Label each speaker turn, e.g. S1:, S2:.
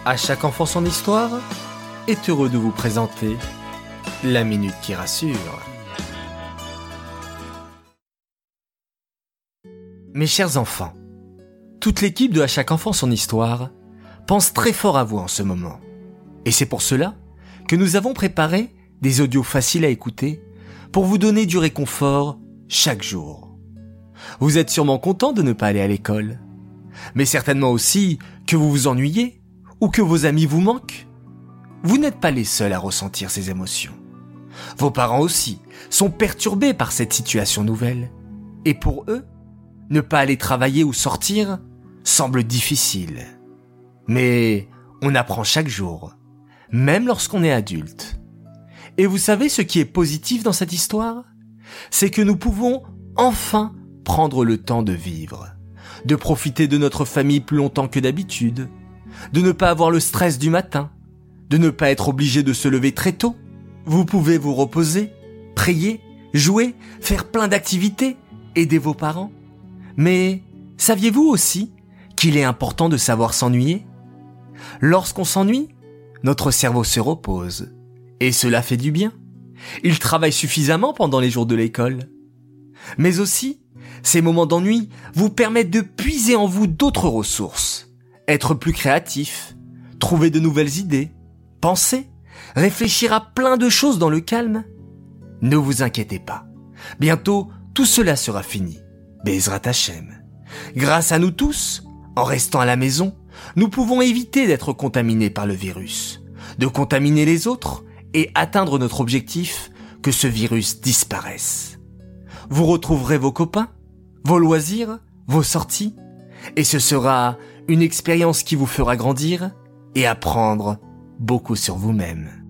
S1: À chaque enfant son histoire est heureux de vous présenter la minute qui rassure. Mes chers enfants, toute l'équipe de À chaque enfant son histoire pense très fort à vous en ce moment. Et c'est pour cela que nous avons préparé des audios faciles à écouter pour vous donner du réconfort chaque jour. Vous êtes sûrement content de ne pas aller à l'école, mais certainement aussi que vous vous ennuyez ou que vos amis vous manquent. Vous n'êtes pas les seuls à ressentir ces émotions. Vos parents aussi sont perturbés par cette situation nouvelle. Et pour eux, ne pas aller travailler ou sortir semble difficile. Mais on apprend chaque jour, même lorsqu'on est adulte. Et vous savez ce qui est positif dans cette histoire ? C'est que nous pouvons enfin prendre le temps de vivre, de profiter de notre famille plus longtemps que d'habitude, de ne pas avoir le stress du matin, de ne pas être obligé de se lever très tôt. Vous pouvez vous reposer, prier, jouer, faire plein d'activités, aider vos parents. Mais saviez-vous aussi qu'il est important de savoir s'ennuyer ? Lorsqu'on s'ennuie, notre cerveau se repose. Et cela fait du bien. Il travaille suffisamment pendant les jours de l'école. Mais aussi, ces moments d'ennui vous permettent de puiser en vous d'autres ressources. Être plus créatif, trouver de nouvelles idées, penser, réfléchir à plein de choses dans le calme. Ne vous inquiétez pas. Bientôt, tout cela sera fini. Bezrat Hashem. Grâce à nous tous, en restant à la maison, nous pouvons éviter d'être contaminés par le virus, de contaminer les autres et atteindre notre objectif, que ce virus disparaisse. Vous retrouverez vos copains, vos loisirs, vos sorties, et ce sera une expérience qui vous fera grandir et apprendre beaucoup sur vous-même.